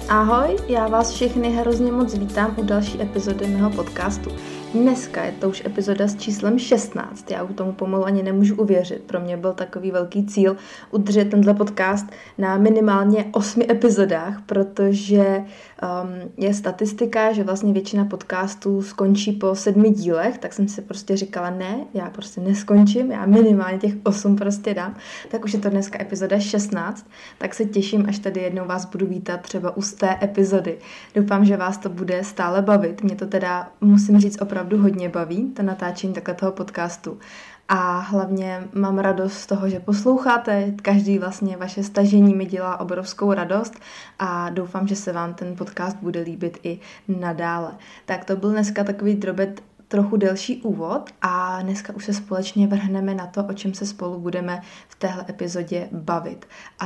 Ahoj, já vás všechny hrozně moc vítám u další epizody mého podcastu. Dneska je to už epizoda s číslem 16, já u tomu pomalu ani nemůžu uvěřit. Pro mě byl takový velký cíl udržet tenhle podcast na minimálně 8 epizodách, protože je statistika, že vlastně většina podcastů skončí po 7 dílech, tak jsem si prostě říkala, ne, já prostě neskončím, já minimálně těch 8 prostě dám. Tak už je to dneska epizoda 16, tak se těším, až tady jednou vás budu vítat třeba u 100 epizody. Doufám, že vás to bude stále bavit. Mě to teda, musím říct, opravdu hodně baví, to natáčení takhle toho podcastu. A hlavně mám radost z toho, že posloucháte, každý vlastně vaše stažení mi dělá obrovskou radost a doufám, že se vám ten podcast bude líbit i nadále. Tak to byl dneska takový drobet, trochu delší úvod a dneska už se společně vrhneme na to, o čem se spolu budeme v téhle epizodě bavit.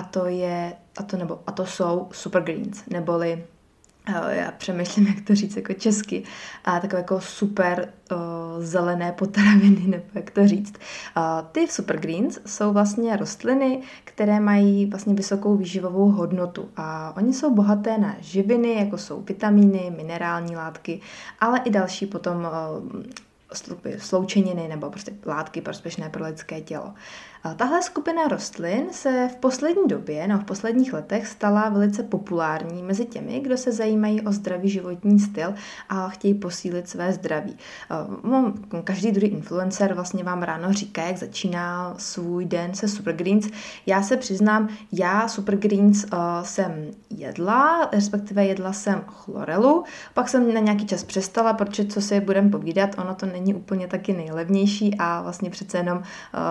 A to jsou supergreens, neboli já přemýšlím, jak to říct jako česky, a takové jako super zelené potraviny, nebo jak to říct. Ty supergreens jsou vlastně rostliny, které mají vlastně vysokou výživovou hodnotu a oni jsou bohaté na živiny, jako jsou vitamíny, minerální látky, ale i další potom sloučeniny nebo prostě látky prospěšné pro lidské tělo. Tahle skupina rostlin se v poslední době, v posledních letech stala velice populární mezi těmi, kdo se zajímají o zdravý životní styl a chtějí posílit své zdraví. Každý druhý influencer vlastně vám ráno říká, jak začíná svůj den se supergreens. Já se přiznám, já supergreens jsem jedla, respektive jedla jsem chlorelu, pak jsem na nějaký čas přestala, protože co si budeme povídat, ono to není úplně taky nejlevnější a vlastně přece jenom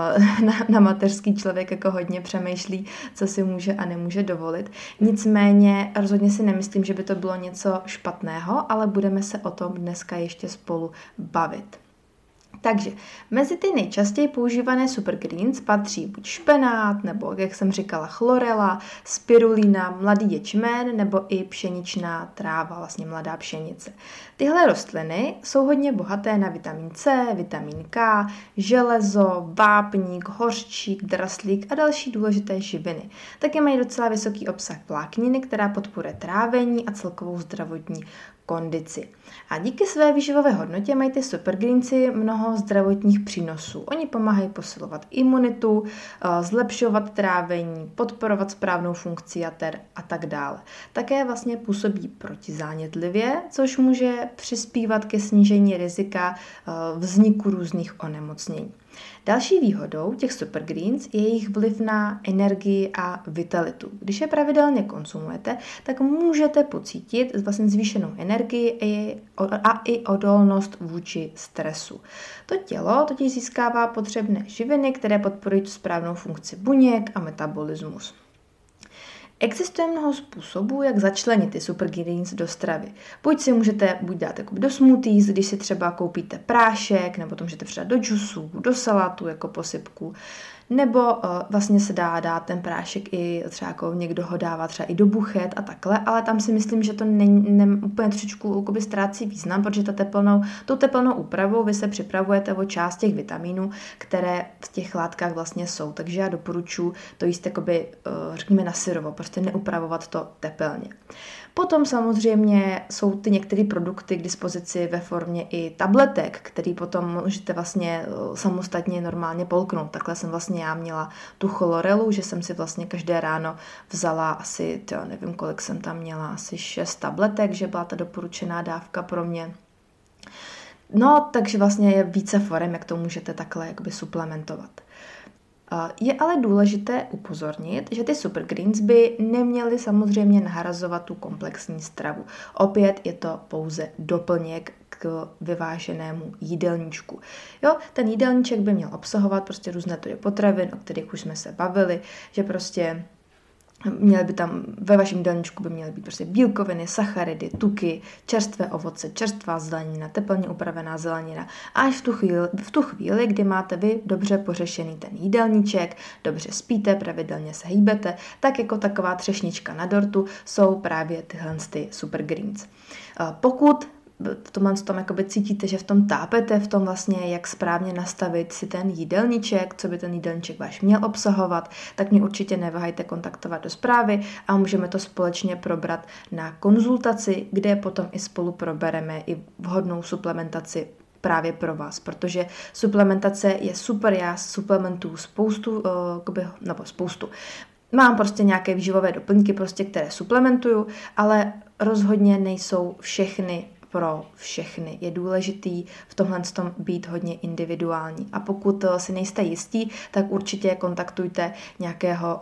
na mateřský člověk jako hodně přemýšlí, co si může a nemůže dovolit. Nicméně rozhodně si nemyslím, že by to bylo něco špatného, ale budeme se o tom dneska ještě spolu bavit. Takže mezi ty nejčastěji používané supergreens patří buď špenát, nebo, jak jsem říkala, chlorela, spirulina, mladý ječmen, nebo i pšeničná tráva, vlastně mladá pšenice. Tyhle rostliny jsou hodně bohaté na vitamin C, vitamin K, železo, vápník, hořčík, draslík a další důležité živiny. Také mají docela vysoký obsah vlákniny, která podporuje trávení a celkovou zdravotní kondici. A díky své výživové hodnotě mají ty supergreensi mnoho zdravotních přínosů. Oni pomáhají posilovat imunitu, zlepšovat trávení, podporovat správnou funkci jater a tak dále. Také vlastně působí protizánětlivě, což může přispívat ke snížení rizika vzniku různých onemocnění. Další výhodou těch supergreens je jejich vliv na energii a vitalitu. Když je pravidelně konzumujete, tak můžete pocítit vlastně zvýšenou energii a i odolnost vůči stresu. To tělo totiž získává potřebné živiny, které podporují správnou funkci buněk a metabolismus. Existuje mnoho způsobů, jak začlenit ty supergreens do stravy. Buď si můžete dát do smoothies, když si třeba koupíte prášek, nebo to můžete přidat do džusů, do salátu jako posypku, nebo vlastně se dá ten prášek i třeba jako někdo ho dává třeba i do buchet a takhle, ale tam si myslím, že to úplně trošičku ztrácí význam, protože tou tepelnou úpravou vy se připravujete o část těch vitamínů, které v těch látkách vlastně jsou, takže já doporučuji to jíst řekněme na syrovo, prostě neupravovat to tepelně. Potom samozřejmě jsou ty některé produkty k dispozici ve formě i tabletek, který potom můžete vlastně samostatně normálně polknout. Takhle jsem vlastně já měla tu chlorelu, že jsem si vlastně každé ráno vzala asi, nevím kolik jsem tam měla, asi 6 tabletek, že byla ta doporučená dávka pro mě. No, takže vlastně je více forem, jak to můžete takhle suplementovat. Je ale důležité upozornit, že ty supergreens by neměly samozřejmě nahrazovat tu komplexní stravu. Opět je to pouze doplněk k vyváženému jídelníčku. Jo, ten jídelníček by měl obsahovat prostě různé druhy potravin, o kterých už jsme se bavili, že prostě měly by tam, ve vašem jídelníčku by měly být prostě bílkoviny, sacharidy, tuky, čerstvé ovoce, čerstvá zelenina, teplně upravená zelenina. A až v tu chvíli, kdy máte vy dobře pořešený ten jídelníček, dobře spíte, pravidelně se hýbete, tak jako taková třešnička na dortu jsou právě tyhle supergreens. Pokud v tomhle tom jakoby cítíte, že v tom tápete, v tom vlastně, jak správně nastavit si ten jídelníček, co by ten jídelníček váš měl obsahovat, tak mě určitě neváhejte kontaktovat do zprávy a můžeme to společně probrat na konzultaci, kde potom i spolu probereme i vhodnou suplementaci právě pro vás, protože suplementace je super, já suplementuju spoustu. Mám prostě nějaké výživové doplňky, které suplementuju, ale rozhodně nejsou všechny pro všechny. Je důležitý v tomhle tom být hodně individuální. A pokud si nejste jistí, tak určitě kontaktujte nějakého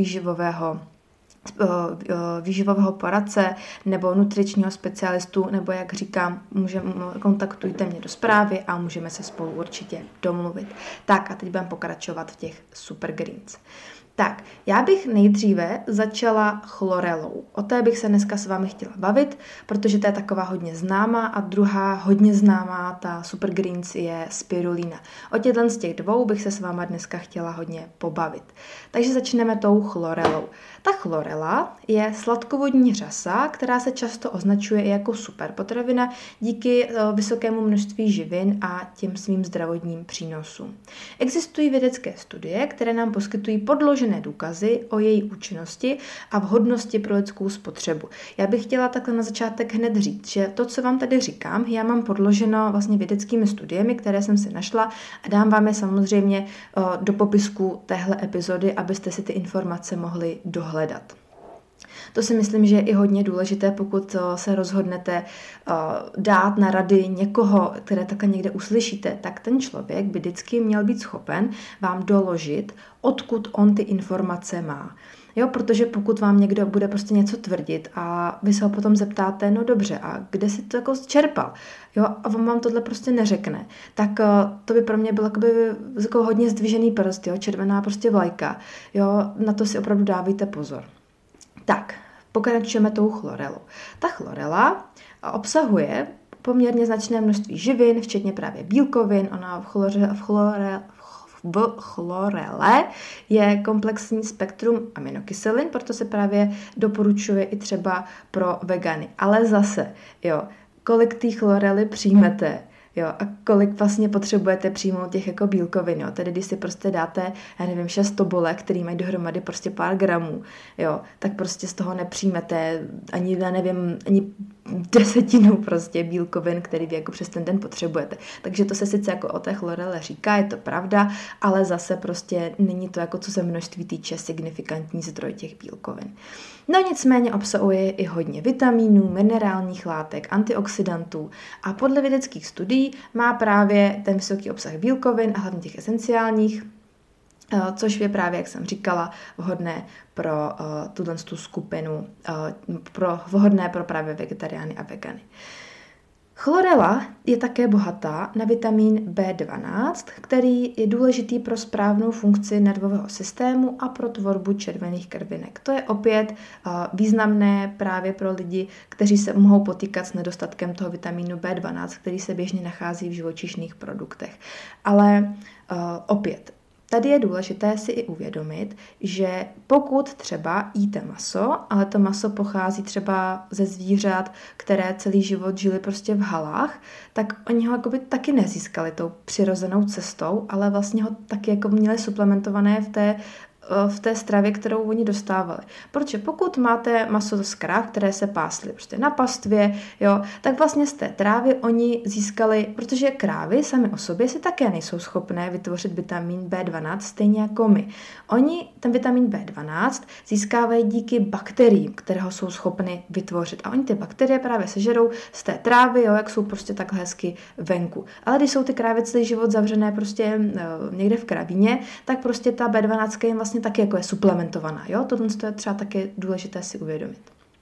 výživového poradce nebo nutričního specialistu, nebo jak říkám, kontaktujte mě do zprávy a můžeme se spolu určitě domluvit. Tak a teď budeme pokračovat v těch super greens. Tak, já bych nejdříve začala chlorelou. O té bych se dneska s vámi chtěla bavit, protože to je taková hodně známá a druhá hodně známá, ta super greens, je spirulina. O těchto z těch dvou bych se s váma dneska chtěla hodně pobavit. Takže začneme tou chlorelou. Ta chlorela je sladkovodní řasa, která se často označuje i jako superpotravina díky vysokému množství živin a těm svým zdravotním přínosům. Existují vědecké studie, které nám poskytují podložené důkazy o její účinnosti a vhodnosti pro lidskou spotřebu. Já bych chtěla takhle na začátek hned říct, že to, co vám tady říkám, já mám podloženo vlastně vědeckými studiemi, které jsem si našla a dám vám je samozřejmě do popisku téhle epizody, abyste si ty informace mohli dohledat. To si myslím, že je i hodně důležité, pokud se rozhodnete dát na rady někoho, které takhle někde uslyšíte, tak ten člověk by vždycky měl být schopen vám doložit, odkud on ty informace má. Jo, protože pokud vám někdo bude prostě něco tvrdit a vy se ho potom zeptáte, no dobře, a kde si to jako čerpal? Jo, a on vám tohle prostě neřekne. Tak to by pro mě byl jako hodně zdvižený prst, jo, červená prostě vlajka. Jo, na to si opravdu dávejte pozor. Tak, pokračujeme tou chlorelou. Ta chlorela obsahuje poměrně značné množství živin, včetně právě bílkovin. Ona v chlorele je komplexní spektrum aminokyselin, proto se právě doporučuje i třeba pro vegany. Ale zase, jo, kolik té chlorely přijmete, jo, a kolik vlastně potřebujete přijmout těch jako bílkovin, jo, tedy když si prostě dáte, 6 tobolek, který mají dohromady prostě pár gramů, jo, tak prostě z toho nepřijmete ani desetinu prostě bílkovin, který vy jako přes ten den potřebujete. Takže to se sice jako o té chlorele říká, je to pravda, ale zase prostě není to jako co se množství týče signifikantní zdroj těch bílkovin. No nicméně obsahuje i hodně vitamínů, minerálních látek, antioxidantů a podle vědeckých studií má právě ten vysoký obsah bílkovin a hlavně těch esenciálních, což je právě, jak jsem říkala, vhodné pro tu skupinu, vhodné pro právě vegetariány a vegany. Chlorela je také bohatá na vitamin B12, který je důležitý pro správnou funkci nervového systému a pro tvorbu červených krvinek. To je opět významné právě pro lidi, kteří se mohou potýkat s nedostatkem toho vitamínu B12, který se běžně nachází v živočišných produktech. Ale opět, tady je důležité si i uvědomit, že pokud třeba jíte maso, ale to maso pochází třeba ze zvířat, které celý život žili prostě v halách, tak oni ho jakoby taky nezískali tou přirozenou cestou, ale vlastně ho taky jako měli suplementované v té stravě, kterou oni dostávali. Protože pokud máte maso z kráv, které se pásly prostě na pastvě, jo, tak vlastně z té trávy oni získali, protože krávy sami o sobě si také nejsou schopné vytvořit vitamin B12 stejně jako my. Oni ten vitamin B12 získávají díky bakteriím, které ho jsou schopny vytvořit. A oni ty bakterie právě sežerou z té trávy, jo, jak jsou prostě tak hezky venku. Ale když jsou ty krávy celý život zavřené prostě někde v kravíně, tak prostě ta B12 jim vlastně taky jako je suplementovaná. Jo? Tohle je třeba taky důležité si uvědomit.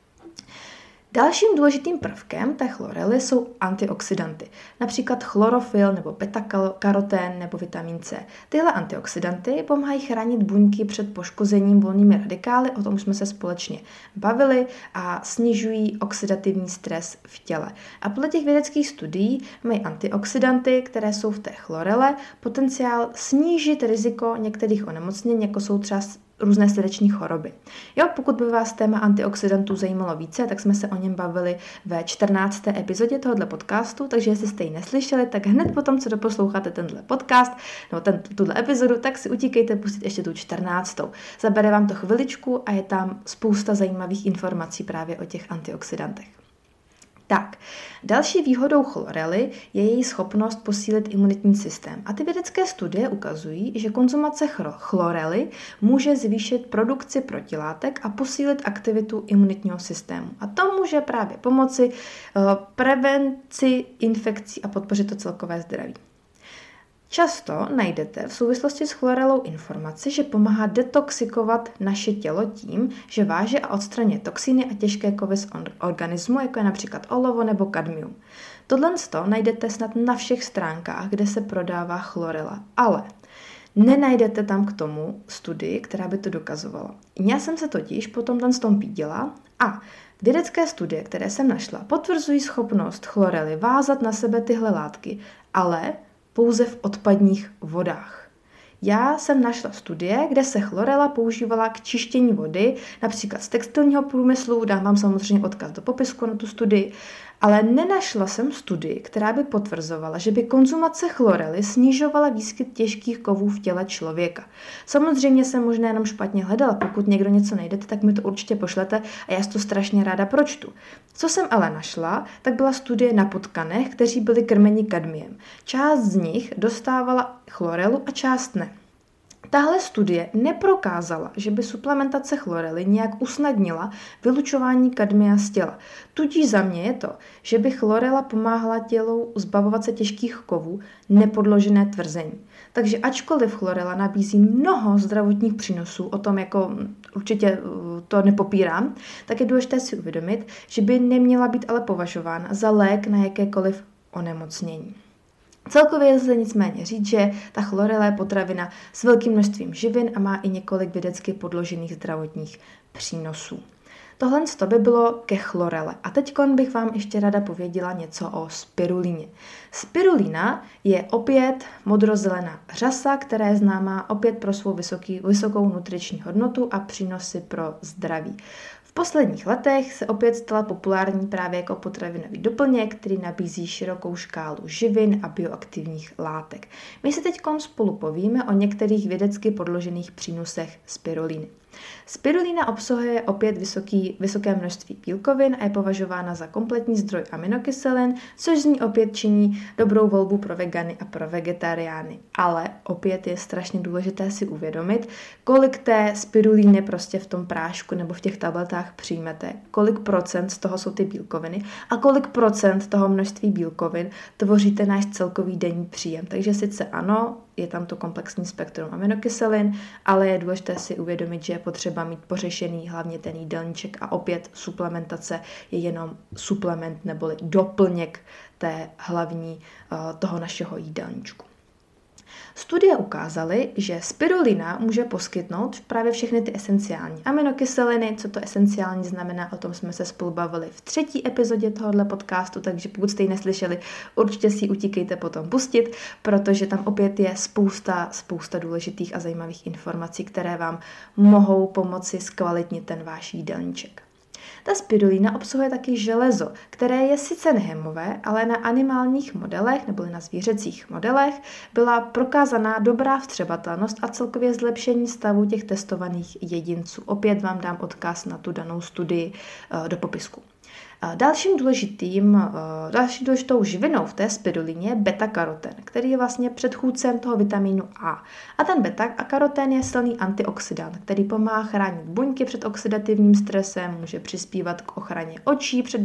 Dalším důležitým prvkem té chlorely jsou antioxidanty, například chlorofyl nebo beta-karotén nebo vitamin C. Tyhle antioxidanty pomáhají chránit buňky před poškozením volnými radikály, o tom už jsme se společně bavili, a snižují oxidativní stres v těle. A podle těch vědeckých studií mají antioxidanty, které jsou v té chlorele, potenciál snížit riziko některých onemocnění, jako jsou třeba různé srdeční choroby. Jo, pokud by vás téma antioxidantů zajímalo více, tak jsme se o něm bavili ve 14. epizodě tohoto podcastu, takže jestli jste ji neslyšeli, tak hned potom, co doposloucháte tenhle podcast nebo tuhle epizodu, tak si utíkejte pustit ještě tu 14. Zabere vám to chviličku a je tam spousta zajímavých informací právě o těch antioxidantech. Tak, další výhodou chlorely je její schopnost posílit imunitní systém. A ty vědecké studie ukazují, že konzumace chlorely může zvýšit produkci protilátek a posílit aktivitu imunitního systému. A to může právě pomoci prevenci infekcí a podpořit to celkové zdraví. Často najdete v souvislosti s chlorelou informaci, že pomáhá detoxikovat naše tělo tím, že váže a odstraňuje toxiny a těžké kovy z organismu, jako je například olovo nebo kadmium. Tohle najdete snad na všech stránkách, kde se prodává chlorela, ale nenajdete tam k tomu studii, která by to dokazovala. Já jsem se totiž po tomhle pídila a vědecké studie, které jsem našla, potvrzují schopnost chlorely vázat na sebe tyhle látky, ale pouze v odpadních vodách. Já jsem našla studie, kde se chlorela používala k čištění vody, například z textilního průmyslu, dám vám samozřejmě odkaz do popisku na tu studii, ale nenašla jsem studii, která by potvrzovala, že by konzumace chlorely snižovala výskyt těžkých kovů v těle člověka. Samozřejmě jsem možná jenom špatně hledala, pokud někdo něco najdete, tak mi to určitě pošlete a já si to strašně ráda pročtu. Co jsem ale našla, tak byla studie na potkanech, kteří byli krmeni kadmiem. Část z nich dostávala chlorelu a část ne. Tahle studie neprokázala, že by suplementace chlorely nějak usnadnila vylučování kadmia z těla. Tudíž za mě je to, že by chlorela pomáhala tělu zbavovat se těžkých kovů, nepodložené tvrzení. Takže ačkoliv chlorela nabízí mnoho zdravotních přínosů, o tom jako určitě to nepopírám, tak je důležité si uvědomit, že by neměla být ale považována za lék na jakékoliv onemocnění. Celkově lze nicméně říct, že ta chlorela je potravina s velkým množstvím živin a má i několik vědecky podložených zdravotních přínosů. Tohle by bylo ke chlorele. A teď bych vám ještě ráda pověděla něco o spirulíně. Spirulína je opět modrozelená řasa, která je známá opět pro svou vysokou nutriční hodnotu a přínosy pro zdraví. V posledních letech se opět stala populární právě jako potravinový doplněk, který nabízí širokou škálu živin a bioaktivních látek. My se teď spolu povíme o některých vědecky podložených přínosech spirulíny. Spirulína obsahuje opět vysoké množství bílkovin a je považována za kompletní zdroj aminokyselin, což z ní opět činí dobrou volbu pro vegany a pro vegetariány. Ale opět je strašně důležité si uvědomit, kolik té spirulíny prostě v tom prášku nebo v těch tabletách přijmete, kolik procent z toho jsou ty bílkoviny a kolik procent toho množství bílkovin tvoříte náš celkový denní příjem. Takže sice ano, je tam to komplexní spektrum aminokyselin, ale je důležité si uvědomit, že je potřeba mít pořešený hlavně ten jídelníček a opět suplementace je jenom suplement neboli doplněk té hlavní toho našeho jídelníčku. Studie ukázaly, že spirulina může poskytnout právě všechny ty esenciální aminokyseliny. Co to esenciální znamená, o tom jsme se spolu bavili v 3. epizodě tohoto podcastu, takže pokud jste ji neslyšeli, určitě si ji utíkejte potom pustit, protože tam opět je spousta důležitých a zajímavých informací, které vám mohou pomoci zkvalitnit ten váš jídelníček. Ta spirulína obsahuje taky železo, které je sice nehemové, ale na animálních modelech nebo na zvířecích modelech byla prokázaná dobrá vstřebatelnost a celkově zlepšení stavu těch testovaných jedinců. Opět vám dám odkaz na tu danou studii do popisku. Další důležitou živinou v té spirulíně je beta-karoten, který je vlastně předchůdcem toho vitamínu A. A ten beta-karoten je silný antioxidant, který pomáhá chránit buňky před oxidativním stresem, může přispívat k ochraně očí před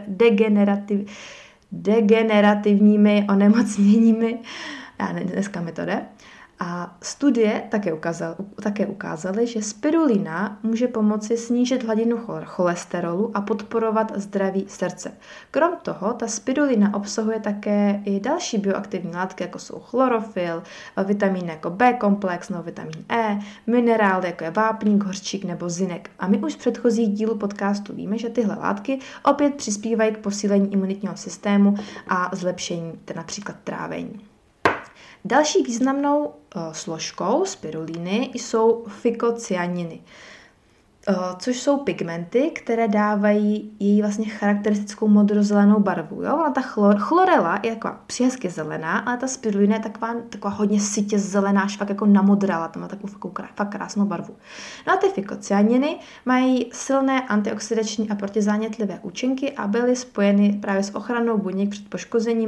degenerativními onemocněními. Dneska mi to jde. A studie také ukázaly, že spirulina může pomoci snížit hladinu cholesterolu a podporovat zdraví srdce. Krom toho, ta spirulina obsahuje také i další bioaktivní látky, jako jsou chlorofyl, vitamíny jako B-komplex nebo vitamin E, minerály, jako je vápník, hořčík nebo zinek. A my už z předchozích dílů podcastu víme, že tyhle látky opět přispívají k posílení imunitního systému a zlepšení například trávení. Další významnou složkou spirulíny jsou fikocyaniny, což jsou pigmenty, které dávají její vlastně charakteristickou modrozelenou barvu. Jo? Ona ta chlorela je taková přihezky zelená, ale ta spirulina je taková hodně sytě zelená, až fakt jako namodrala, tam má takovou fakt krásnou barvu. No a ty fikocyaniny mají silné antioxidační a protizánětlivé účinky a byly spojeny právě s ochranou buněk před poškozením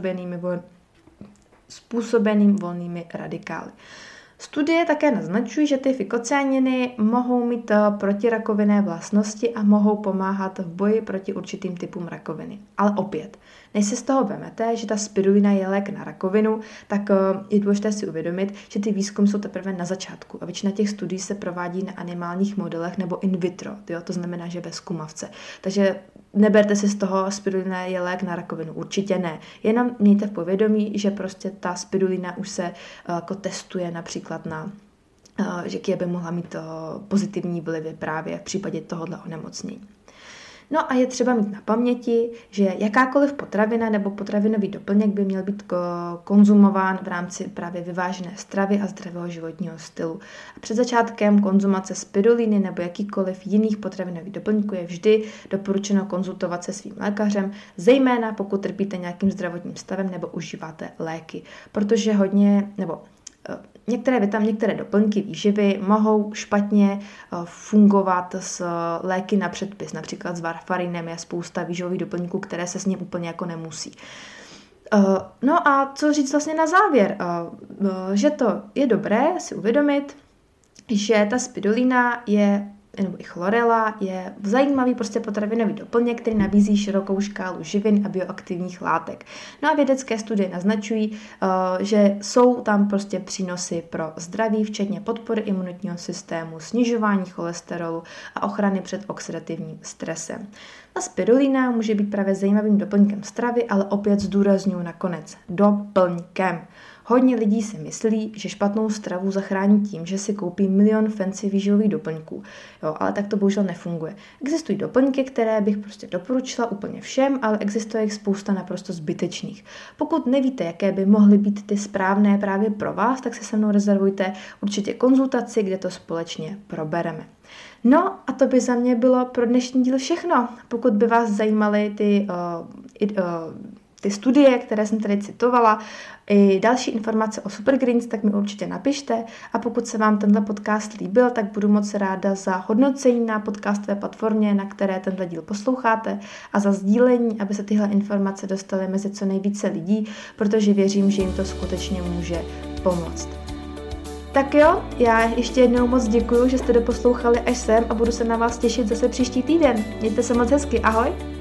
způsobeným volnými radikály. Studie také naznačují, že ty fikocyaniny mohou mít protirakovinné vlastnosti a mohou pomáhat v boji proti určitým typům rakoviny. Ale opět, než si z toho vemete, že ta spirulina je lék na rakovinu, tak je důležité si uvědomit, že ty výzkumy jsou teprve na začátku a většina těch studií se provádí na animálních modelech nebo in vitro, jo? To znamená, že ve zkumavce. Takže neberte si z toho, spirulina je lék na rakovinu, určitě ne. Jenom mějte v povědomí, že prostě ta spirulina už se jako testuje například na že by mohla mít pozitivní vlivy právě v případě tohohle onemocnění. No a je třeba mít na paměti, že jakákoliv potravina nebo potravinový doplněk by měl být konzumován v rámci právě vyvážené stravy a zdravého životního stylu. A před začátkem konzumace spiruliny nebo jakýkoliv jiných potravinových doplňků je vždy doporučeno konzultovat se svým lékařem, zejména pokud trpíte nějakým zdravotním stavem nebo užíváte léky, protože některé doplňky výživy mohou špatně fungovat s léky na předpis, například s varfarinem je spousta výživových doplňků, které se s ním úplně jako nemusí. No a co říct vlastně na závěr? Že to je dobré si uvědomit, že ta spirulina nebo i chlorela je zajímavý prostě potravinový doplněk, který nabízí širokou škálu živin a bioaktivních látek. No a vědecké studie naznačují, že jsou tam prostě přínosy pro zdraví, včetně podpory imunitního systému, snižování cholesterolu a ochrany před oxidativním stresem. A spirulina může být právě zajímavým doplňkem stravy, ale opět zdůrazňuji nakonec doplňkem. Hodně lidí si myslí, že špatnou stravu zachrání tím, že si koupí milion fancy výživových doplňků. Jo, ale tak to bohužel nefunguje. Existují doplňky, které bych prostě doporučila úplně všem, ale existuje jich spousta naprosto zbytečných. Pokud nevíte, jaké by mohly být ty správné právě pro vás, tak si se mnou rezervujte určitě konzultaci, kde to společně probereme. No a to by za mě bylo pro dnešní díl všechno. Pokud by vás zajímaly ty studie, které jsem tady citovala, i další informace o Supergreens, tak mi určitě napište. A pokud se vám tenhle podcast líbil, tak budu moc ráda za hodnocení na podcastové platformě, na které tenhle díl posloucháte, a za sdílení, aby se tyhle informace dostaly mezi co nejvíce lidí, protože věřím, že jim to skutečně může pomoct. Tak jo, já ještě jednou moc děkuju, že jste doposlouchali až sem a budu se na vás těšit zase příští týden. Mějte se moc hezky, ahoj!